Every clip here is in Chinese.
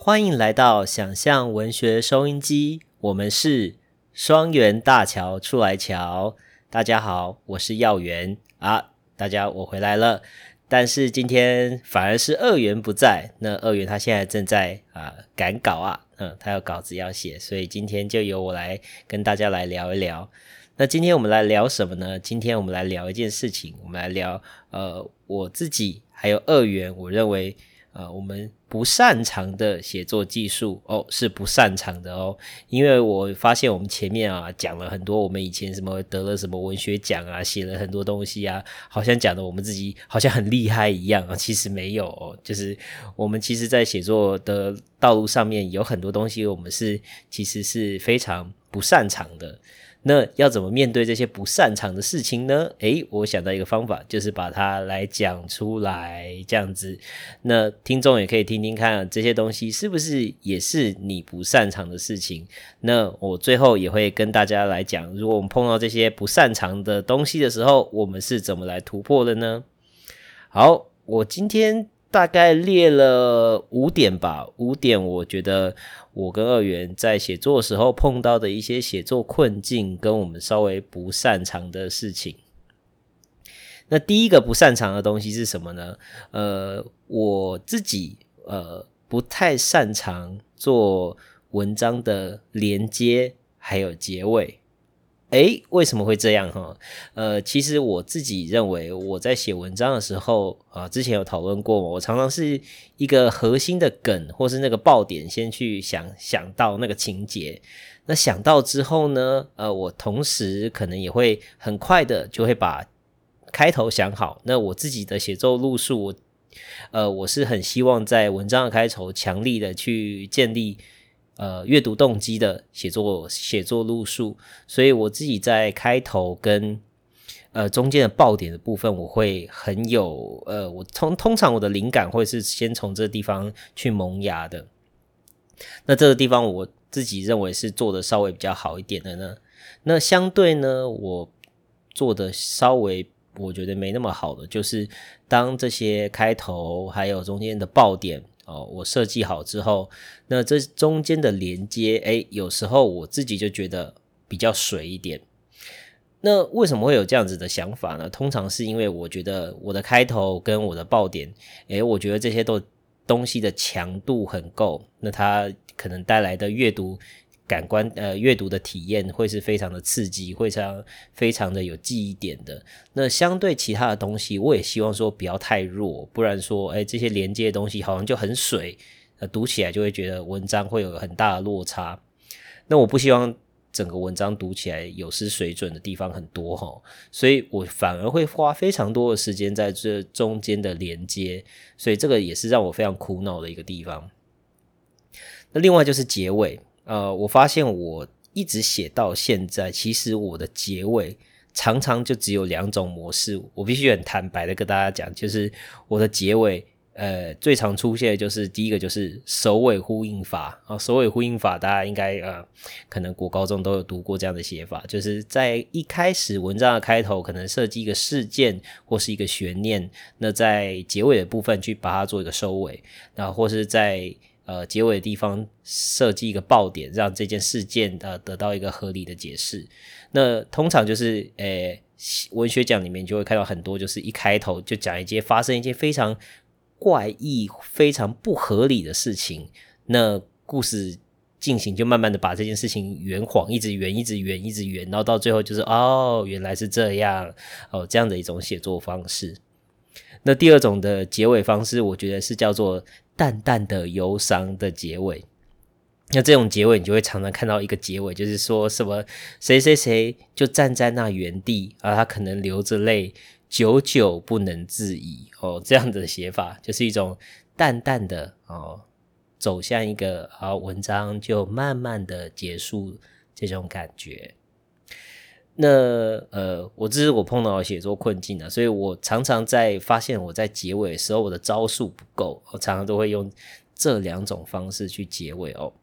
欢迎来到想象文学收音机，我们是双元大桥出来瞧。大家好，我是耀元啊，我回来了。但是今天反而是二元不在，那二元他现在正在赶稿啊，他有稿子要写，所以今天就由我来跟大家来聊一聊。那今天我们来聊什么呢？今天我们来聊一件事情，我们来聊我自己还有二元，我认为我们不擅长的写作技术是不擅长的哦，因为我发现我们前面讲了很多我们以前什么得了什么文学奖啊，写了很多东西啊，好像讲的我们自己好像很厉害一样啊，其实没有哦，就是我们其实在写作的道路上面有很多东西我们其实是非常不擅长的。那要怎么面对这些不擅长的事情呢？我想到一个方法，就是把它来讲出来，这样子，那听众也可以听听看这些东西是不是也是你不擅长的事情。那我最后也会跟大家来讲，如果我们碰到这些不擅长的东西的时候，我们是怎么来突破的呢？好，我今天大概列了5点吧，5点我觉得我跟二元在写作的时候碰到的一些写作困境跟我们稍微不擅长的事情。那第一个不擅长的东西是什么呢？我自己不太擅长做文章的连接还有结尾。为什么会这样其实我自己认为我在写文章的时候之前有讨论过，我常常是一个核心的梗或是那个爆点先去想到那个情节，那想到之后呢我同时可能也会很快的就会把开头想好。那我自己的写作路数我是很希望在文章的开头强力的去建立阅读动机的写作路数，所以我自己在开头跟中间的爆点的部分，我会很有我通常我的灵感会是先从这个地方去萌芽的。那这个地方我自己认为是做的稍微比较好一点的呢。那相对呢，我做的稍微我觉得没那么好的，就是当这些开头还有中间的爆点我设计好之后，那这中间的连接有时候我自己就觉得比较水一点。那为什么会有这样子的想法呢？通常是因为我觉得我的开头跟我的爆点我觉得这些东西的强度很够，那它可能带来的阅读感官阅读的体验会是非常的刺激，会非常的有记忆点的。那相对其他的东西我也希望说不要太弱，不然说这些连接的东西好像就很水，读起来就会觉得文章会有很大的落差。那我不希望整个文章读起来有失水准的地方很多所以我反而会花非常多的时间在这中间的连接，所以这个也是让我非常苦恼的一个地方。那另外就是结尾我发现我一直写到现在，其实我的结尾常常就只有2种模式，我必须很坦白的跟大家讲，就是我的结尾最常出现的就是第一个就是首尾呼应法首尾呼应法大家应该可能国高中都有读过这样的写法，就是在一开始文章的开头可能设计一个事件或是一个悬念，那在结尾的部分去把它做一个收尾，然后或是在结尾的地方设计一个爆点，让这件事件得到一个合理的解释。那通常就是文学奖里面就会看到很多就是一开头就讲发生一件非常怪异非常不合理的事情，那故事进行就慢慢的把这件事情圆谎，一直圆，然后到最后就是原来是这样这样的一种写作方式。那第二种的结尾方式我觉得是叫做淡淡的忧伤的结尾。那这种结尾你就会常常看到一个结尾，就是说什么谁谁谁就站在那原地他可能流着泪久久不能自已这样的写法就是一种淡淡的走向一个文章就慢慢的结束这种感觉。那这是我碰到的写作困境所以我常常在发现我在结尾的时候我的招数不够，我常常都会用这2种方式去结尾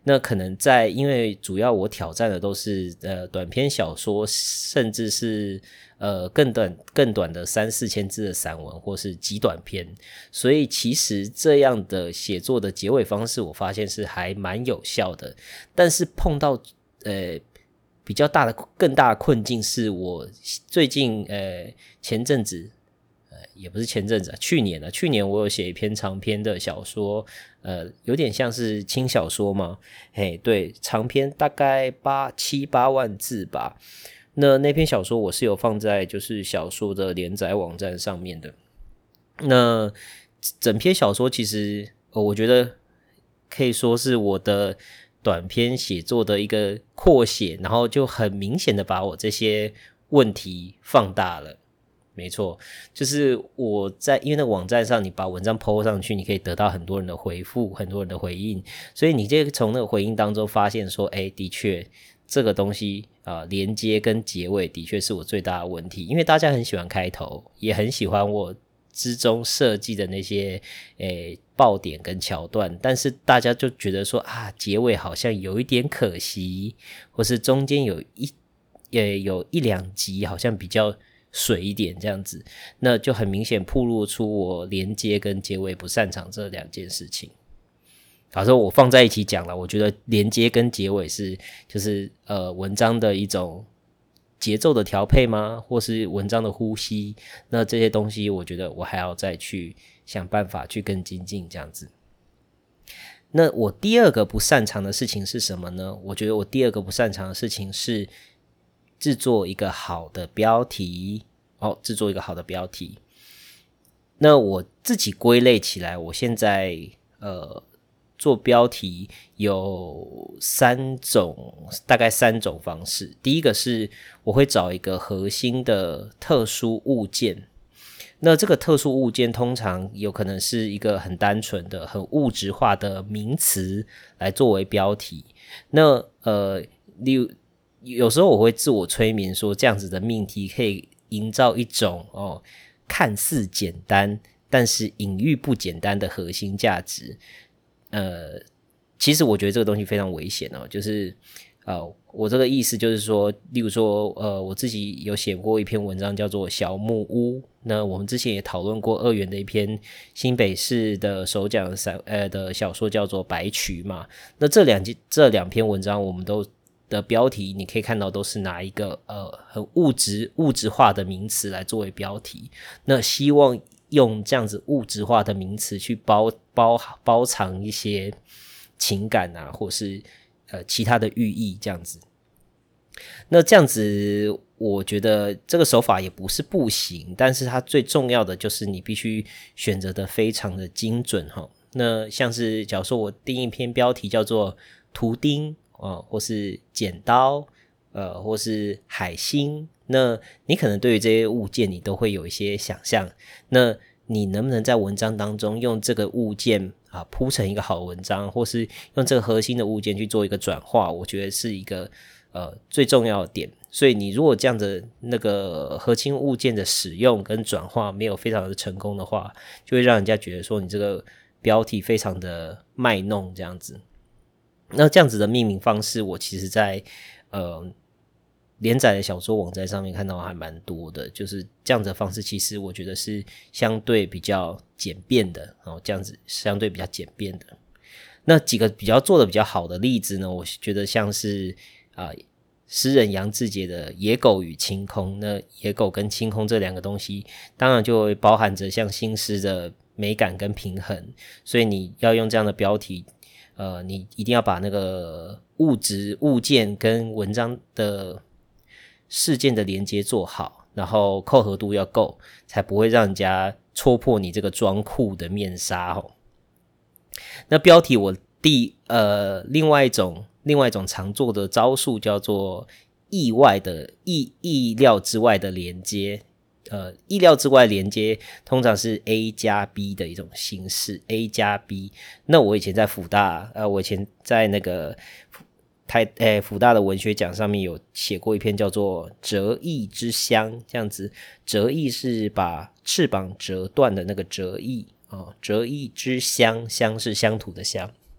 那可能因为主要我挑战的都是短篇小说，甚至是更短的3-4千字的散文或是极短篇，所以其实这样的写作的结尾方式我发现是还蛮有效的。但是碰到比较更大的困境是我最近前阵子也不是前阵子去年我有写一篇长篇的小说，有点像是轻小说嘛，对，长篇大概7-8万字吧。那篇小说我是有放在就是小说的连载网站上面的。那整篇小说其实我觉得可以说是我的短篇写作的一个扩写，然后就很明显的把我这些问题放大了。没错，就是因为那个网站上你把文章 po 上去，你可以得到很多人的回复，很多人的回应，所以你就从那个回应当中发现说，的确这个东西连接跟结尾的确是我最大的问题，因为大家很喜欢开头，也很喜欢我之中设计的那些爆点跟桥段，但是大家就觉得说结尾好像有一点可惜，或是中间有1-2集好像比较水一点这样子，那就很明显暴露出我连接跟结尾不擅长这2件事情。好，所以我放在一起讲了，我觉得连接跟结尾就是文章的一种节奏的调配吗？或是文章的呼吸？那这些东西我觉得我还要再去想办法去更精进这样子。那我第二个不擅长的事情是什么呢？我觉得我第二个不擅长的事情是制作一个好的标题。制作一个好的标题。那我自己归类起来，我现在做标题有大概3种方式。第一个是我会找一个核心的特殊物件，那这个特殊物件通常有可能是一个很单纯的很物质化的名词来作为标题。那有时候我会自我催眠说，这样子的命题可以营造一种看似简单但是隐喻不简单的核心价值。其实我觉得这个东西非常危险就是我这个意思就是说，例如说我自己有写过一篇文章叫做小木屋，那我们之前也讨论过2元的一篇新北市的首奖的小说叫做白渠嘛。那这两篇文章我们都的标题你可以看到都是拿一个很物质化的名词来作为标题，那希望用这样子物质化的名词去包藏一些情感或是其他的寓意这样子。那这样子我觉得这个手法也不是不行，但是它最重要的就是你必须选择的非常的精准那像是假如说我定一篇标题叫做图钉或是剪刀或是海星，那你可能对于这些物件你都会有一些想象，那你能不能在文章当中用这个物件铺成一个好文章，或是用这个核心的物件去做一个转化，我觉得是一个最重要的点。所以你如果这样的那个核心物件的使用跟转化没有非常的成功的话，就会让人家觉得说你这个标题非常的卖弄这样子。那这样子的命名方式我其实在连载的小说网站上面看到还蛮多的，就是这样子的方式其实我觉得是相对比较简便的这样子相对比较简便的。那几个做的比较好的例子呢，我觉得像是诗人杨志杰的野狗与清空，那野狗跟清空这2个东西当然就会包含着像新诗的美感跟平衡，所以你要用这样的标题你一定要把那个物件跟文章的事件的连接做好，然后扣合度要够，才不会让人家戳破你这个装酷的面纱那标题我另外一种常做的招数叫做意料之外的连接。意料之外连接通常是 A 加 B 的一种形式 A 加 B。 那我以前在辅大我以前在那个辅大的文学奖上面有写过一篇叫做折翼之乡，这样子折翼是把翅膀折断的那个折翼折翼之乡，乡是乡土的乡。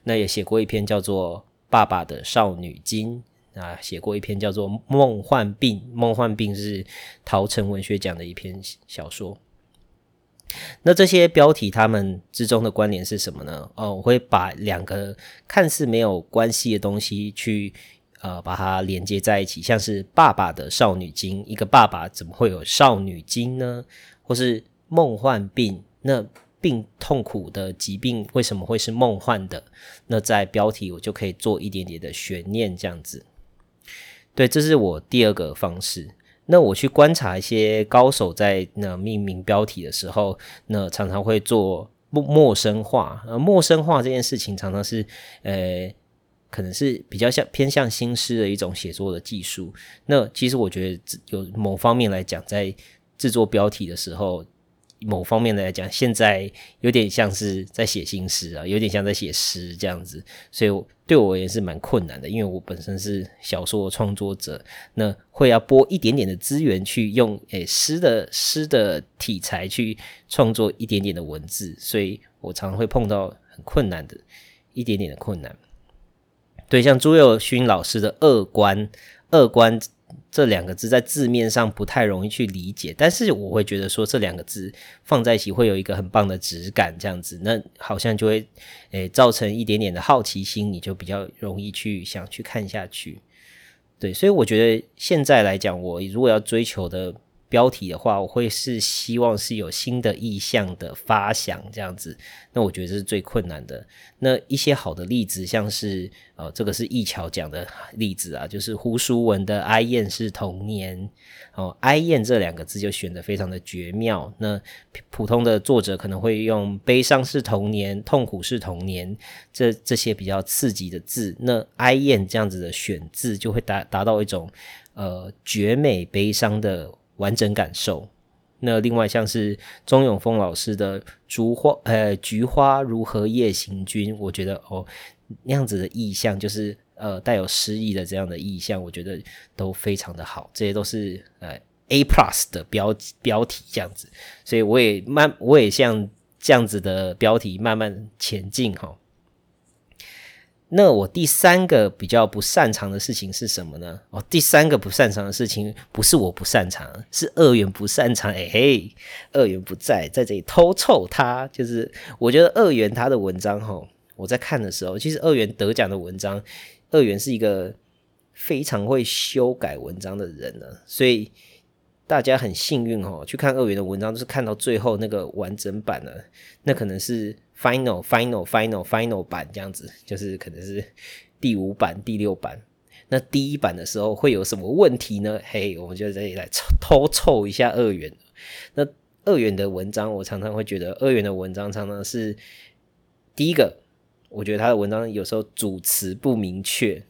那也写过一篇叫做《爸爸的少女经》啊，写过一篇叫做《梦幻病》，梦幻病是桃城文学奖的一篇小说。那这些标题它们之中的关联是什么呢？我会把两个看似没有关系的东西去把它连接在一起，像是爸爸的少女经，一个爸爸怎么会有少女经呢？或是梦幻病，那痛苦的疾病为什么会是梦幻的？那在标题我就可以做一点点的悬念，这样子。对，这是我第二个方式。那我去观察一些高手在命名标题的时候，那常常会做陌生化。陌生化这件事情常常是可能是比较偏向新诗的一种写作的技术。那其实我觉得有某方面来讲，在制作标题的时候，某方面来讲，现在有点像是在写新诗啊，有点像在写诗这样子，所以对我也是蛮困难的，因为我本身是小说的创作者，那会要拨一点点的资源去用诗的题材去创作一点点的文字，所以我常常会碰到很困难的一点点的困难。对，像朱宥勋老师的二观这两个字在字面上不太容易去理解，但是我会觉得说这两个字放在一起会有一个很棒的质感，这样子，那好像就会造成一点点的好奇心，你就比较容易去想去看下去。对，所以我觉得现在来讲，我如果要追求的标题的话，我会是希望是有新的意象的发想这样子，那我觉得这是最困难的。那一些好的例子，像是这个是易桥讲的例子啊，就是胡淑文的哀艳是童年哀艳这两个字就选得非常的绝妙。那普通的作者可能会用悲伤是童年，痛苦是童年，这些比较刺激的字，那哀艳这样子的选字就会达到一种绝美悲伤的完整感受。那另外像是钟永丰老师的菊花如何夜行军，我觉得那样子的意象就是带有诗意的这样的意象，我觉得都非常的好，这些都是A+ 的标题这样子，所以我也像这样子的标题慢慢前进齁。那我第三个比较不擅长的事情是什么呢？第三个不擅长的事情不是我不擅长，是二元不擅长。二元不在这里偷臭他，就是我觉得二元他的文章我在看的时候，其实二元得奖的文章，二元是一个非常会修改文章的人呢，所以大家很幸运去看二元的文章，就是看到最后那个完整版了，那可能是final 版这样子，就是可能是第5版第6版。那第1版的时候会有什么问题呢？我们就在这里来偷凑一下二元。那二元的文章，我常常会觉得二元的文章常常是第一个，我觉得他的文章有时候主词不明确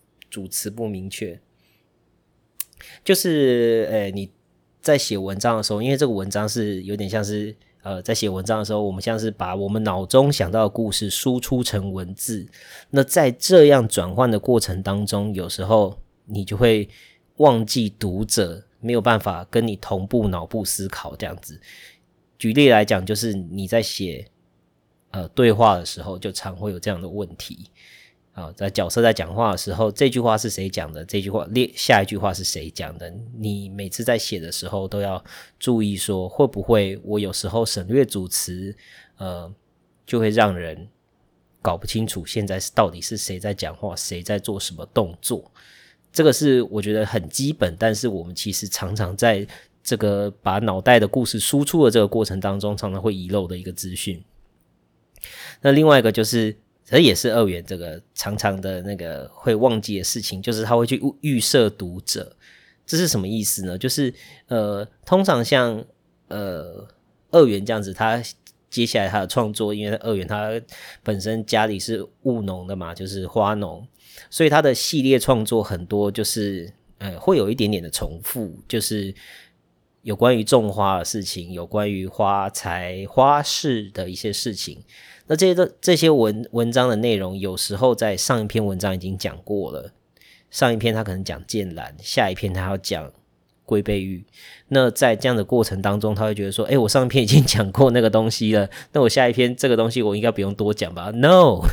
就是你在写文章的时候，因为这个文章是有点像是在写文章的时候，我们像是把我们脑中想到的故事输出成文字，那在这样转换的过程当中，有时候你就会忘记读者没有办法跟你同步脑部思考这样子。举例来讲，就是你在写对话的时候，就常会有这样的问题在角色在讲话的时候，这句话是谁讲的，这句话下一句话是谁讲的，你每次在写的时候都要注意说，会不会我有时候省略主词就会让人搞不清楚现在到底是谁在讲话，谁在做什么动作。这个是我觉得很基本，但是我们其实常常在这个把脑袋的故事输出的这个过程当中，常常会遗漏的一个资讯。那另外一个就是这也是二元这个常常的那个会忘记的事情，就是他会去预设读者。这是什么意思呢？就是通常像二元这样子，他接下来他的创作，因为二元他本身家里是务农的嘛，就是花农，所以他的系列创作很多就是会有一点点的重复，就是有关于种花的事情，有关于花材花市的一些事情。那这些文章的内容有时候在上一篇文章已经讲过了，上一篇他可能讲剑兰，下一篇他要讲龟背玉。那在这样的过程当中，他会觉得说我上一篇已经讲过那个东西了，那我下一篇这个东西我应该不用多讲吧。 No，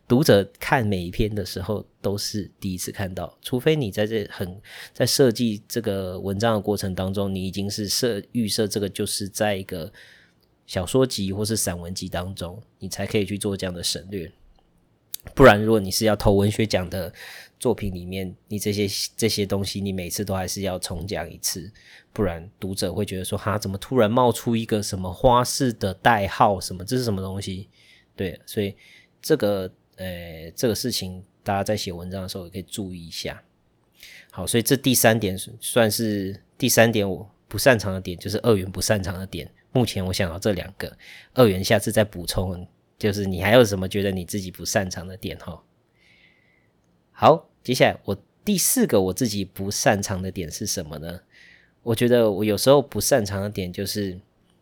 读者看每一篇的时候都是第一次看到，除非你在设计这个文章的过程当中，你已经是预设这个就是在一个小说集或是散文集当中，你才可以去做这样的省略。不然如果你是要投文学奖的作品里面，你这些东西你每次都还是要重讲一次，不然读者会觉得说哈，怎么突然冒出一个什么花式的代号什么，这是什么东西？对，所以这个事情大家在写文章的时候也可以注意一下。好，所以这第三点算是第三点我不擅长的点，就是二元不擅长的点。目前我想到这2个，二元下次再补充，就是你还有什么觉得你自己不擅长的点齁。好，接下来我第4个我自己不擅长的点是什么呢？我觉得我有时候不擅长的点就是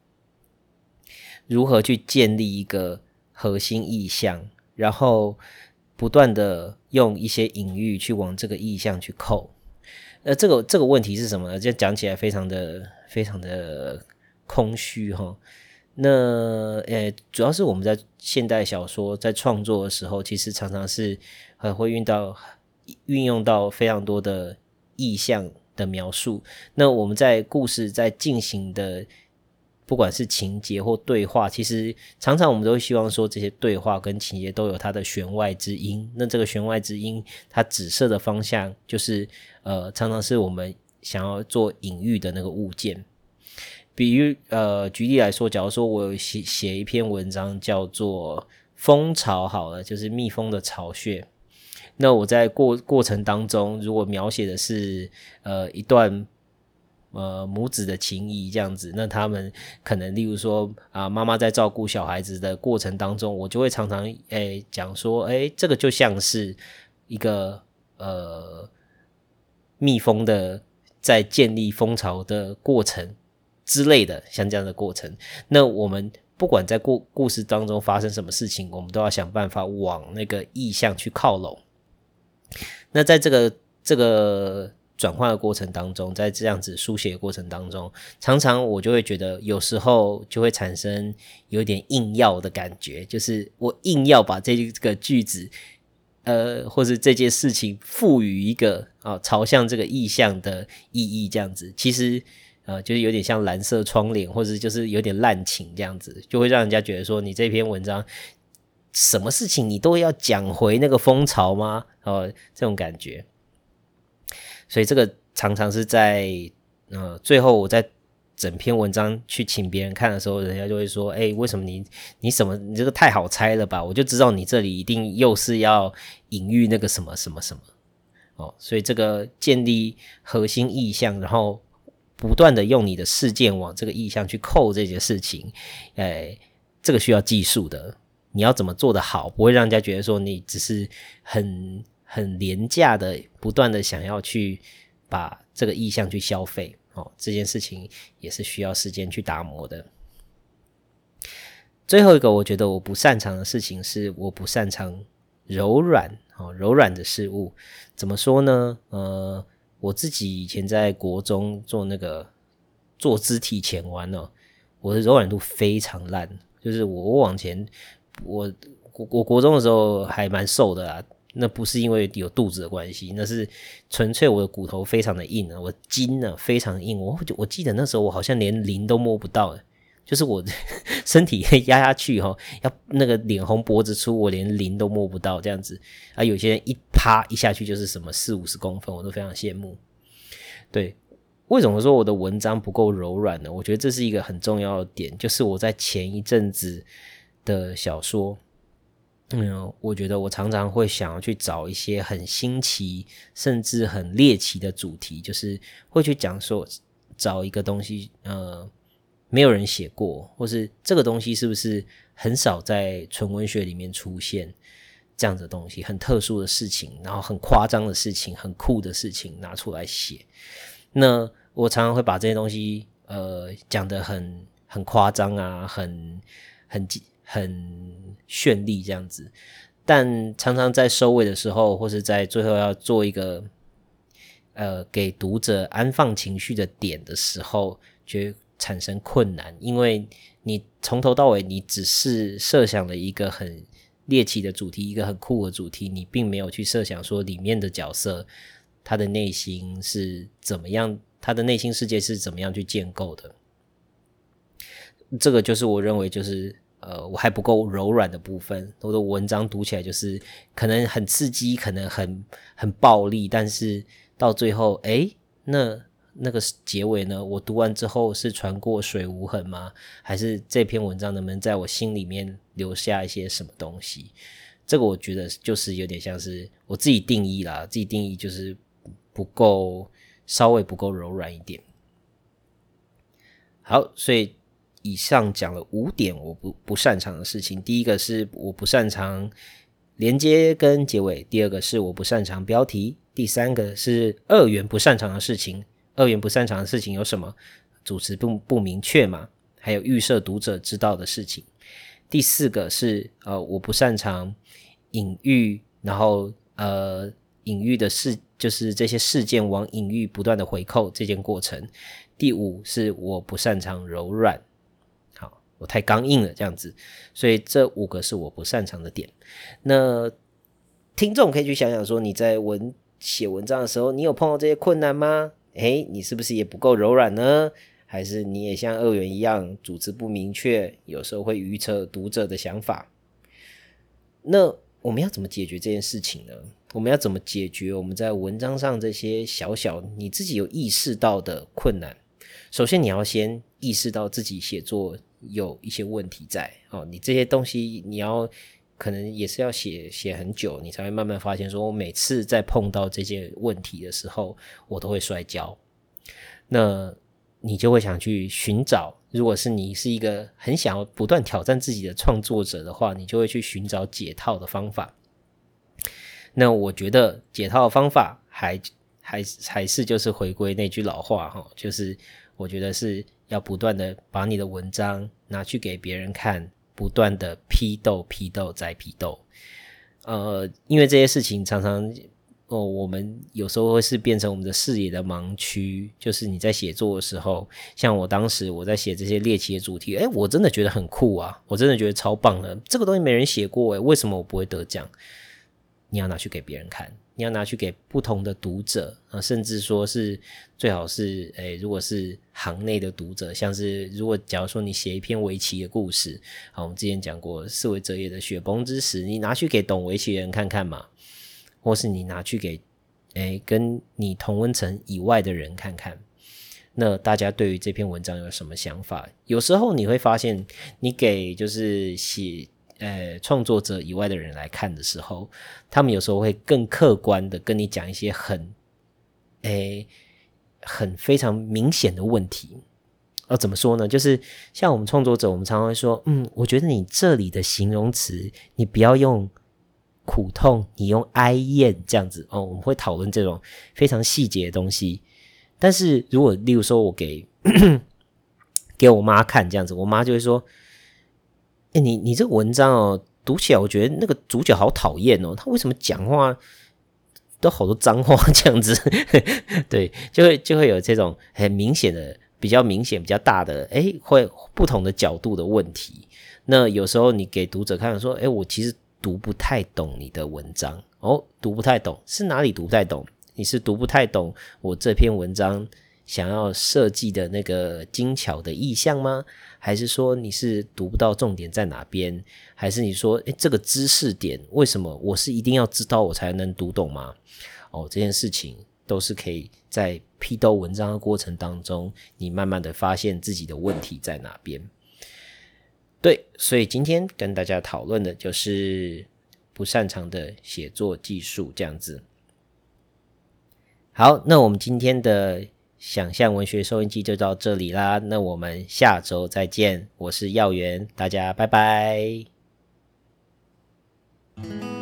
如何去建立一个核心意象，然后不断的用一些隐喻去往这个意象去扣。这个问题是什么呢？就讲起来非常的空虚齁。那主要是我们在现代小说在创作的时候，其实常常是会运用到非常多的意象的描述。那我们在故事在进行的不管是情节或对话，其实常常我们都会希望说这些对话跟情节都有它的弦外之音。那这个弦外之音它指涉的方向就是常常是我们想要做隐喻的那个物件。比如举例来说，假如说我有写一篇文章叫做蜂巢好了，就是蜜蜂的巢穴。那我在过程当中如果描写的是一段母子的情谊这样子，那他们可能例如说妈妈在照顾小孩子的过程当中，我就会常常讲说这个就像是一个蜜蜂的在建立蜂巢的过程之类的，像这样的过程。那我们不管在故事当中发生什么事情，我们都要想办法往那个意象去靠拢。那在这个转换的过程当中，在这样子书写的过程当中，常常我就会觉得有时候就会产生有点硬要的感觉，就是我硬要把这个句子或是这件事情赋予一个朝向这个意象的意义这样子，其实就是有点像蓝色窗帘，或者就是有点滥情这样子，就会让人家觉得说你这篇文章什么事情你都要讲回那个蜂巢吗？这种感觉。所以这个常常是在最后我在整篇文章去请别人看的时候，人家就会说为什么你这个太好猜了吧，我就知道你这里一定又是要隐喻那个什么什么什么所以这个建立核心意象，然后不断的用你的事件往这个意象去扣这件事情这个需要技术的，你要怎么做得好，不会让人家觉得说你只是很廉价的不断的想要去把这个意象去消费这件事情也是需要时间去打磨的。最后一个我觉得我不擅长的事情是我不擅长柔软的事物。怎么说呢？我自己以前在国中做肢体前弯我的柔软度非常烂，就是我往前我国中的时候还蛮瘦的啦，那不是因为有肚子的关系，那是纯粹我的骨头非常的硬我筋非常硬，我记得那时候我好像连零都摸不到就是我身体压下去要那个脸红脖子粗，我连零都摸不到这样子有些人一趴一下去就是什么40-50公分，我都非常羡慕。对，为什么说我的文章不够柔软呢？我觉得这是一个很重要的点，就是我在前一阵子的小说我觉得我常常会想要去找一些很新奇甚至很猎奇的主题，就是会去讲说找一个东西没有人写过，或是这个东西是不是很少在纯文学里面出现，这样的东西很特殊的事情，然后很夸张的事情，很酷的事情拿出来写。那我常常会把这些东西讲得很夸张很绚丽这样子，但常常在收尾的时候，或是在最后要做一个给读者安放情绪的点的时候，就会产生困难，因为你从头到尾你只是设想了一个很猎奇的主题，一个很酷的主题，你并没有去设想说里面的角色他的内心是怎么样，他的内心世界是怎么样去建构的。这个就是我认为就是我还不够柔软的部分。我的文章读起来就是可能很刺激，可能很暴力，但是到最后那个结尾呢，我读完之后是船过水无痕吗？还是这篇文章能不能在我心里面留下一些什么东西？这个我觉得就是有点像是我自己定义啦，自己定义就是稍微不够柔软一点。好，所以以上讲了5点我不擅长的事情。第一个是我不擅长连接跟结尾，第二个是我不擅长标题，第三个是2元不擅长的事情。2元不擅长的事情有什么？主词不明确嘛，还有预设读者知道的事情。第4个是我不擅长隐喻，然后隐喻的就是这些事件往隐喻不断的回扣这件过程。第5是我不擅长柔软，好，我太刚硬了这样子，所以这5个是我不擅长的点。那听众可以去想想说，你在写文章的时候，你有碰到这些困难吗？你是不是也不够柔软呢？还是你也像2元一样，主词不明确，有时候会预测读者的想法？那我们要怎么解决这件事情呢？我们要怎么解决我们在文章上这些小你自己有意识到的困难？首先你要先意识到自己写作有一些问题在，你这些东西你要可能也是要写很久，你才会慢慢发现说，我每次在碰到这些问题的时候，我都会摔跤。那你就会想去寻找，如果是你是一个很想要不断挑战自己的创作者的话，你就会去寻找解套的方法。那我觉得解套的方法还是就是回归那句老话，就是我觉得是要不断的把你的文章拿去给别人看，不断的批斗再批斗。因为这些事情常常我们有时候会是变成我们的视野的盲区，就是你在写作的时候，像我当时我在写这些猎奇的主题，我真的觉得很酷啊，我真的觉得超棒的，这个东西没人写过，为什么我不会得奖？你要拿去给别人看，你要拿去给不同的读者，甚至说是最好是如果是行内的读者，像是假如说你写一篇围棋的故事，我们之前讲过四维哲也的雪崩之时，你拿去给懂围棋的人看看嘛，或是你拿去给跟你同温层以外的人看看，那大家对于这篇文章有什么想法？有时候你会发现，你给就是写创作者以外的人来看的时候，他们有时候会更客观的跟你讲一些很非常明显的问题。怎么说呢？就是像我们创作者，我们常常会说，我觉得你这里的形容词，你不要用苦痛，你用哀怨这样子我们会讨论这种非常细节的东西。但是如果例如说我给我妈看这样子，我妈就会说，你这个文章读起来我觉得那个主角好讨厌他为什么讲话都好多脏话这样子对，就会有这种很明显的比较大的会不同的角度的问题。那有时候你给读者看说我其实读不太懂你的文章读不太懂是哪里读不太懂？你是读不太懂我这篇文章想要设计的那个精巧的意象吗？还是说你是读不到重点在哪边？还是你说这个知识点为什么我是一定要知道我才能读懂吗？这件事情都是可以在批斗文章的过程当中，你慢慢的发现自己的问题在哪边。对，所以今天跟大家讨论的就是不擅长的写作技术这样子。好，那我们今天的想象文学收音机就到这里啦，那我们下周再见，我是耀元，大家拜拜。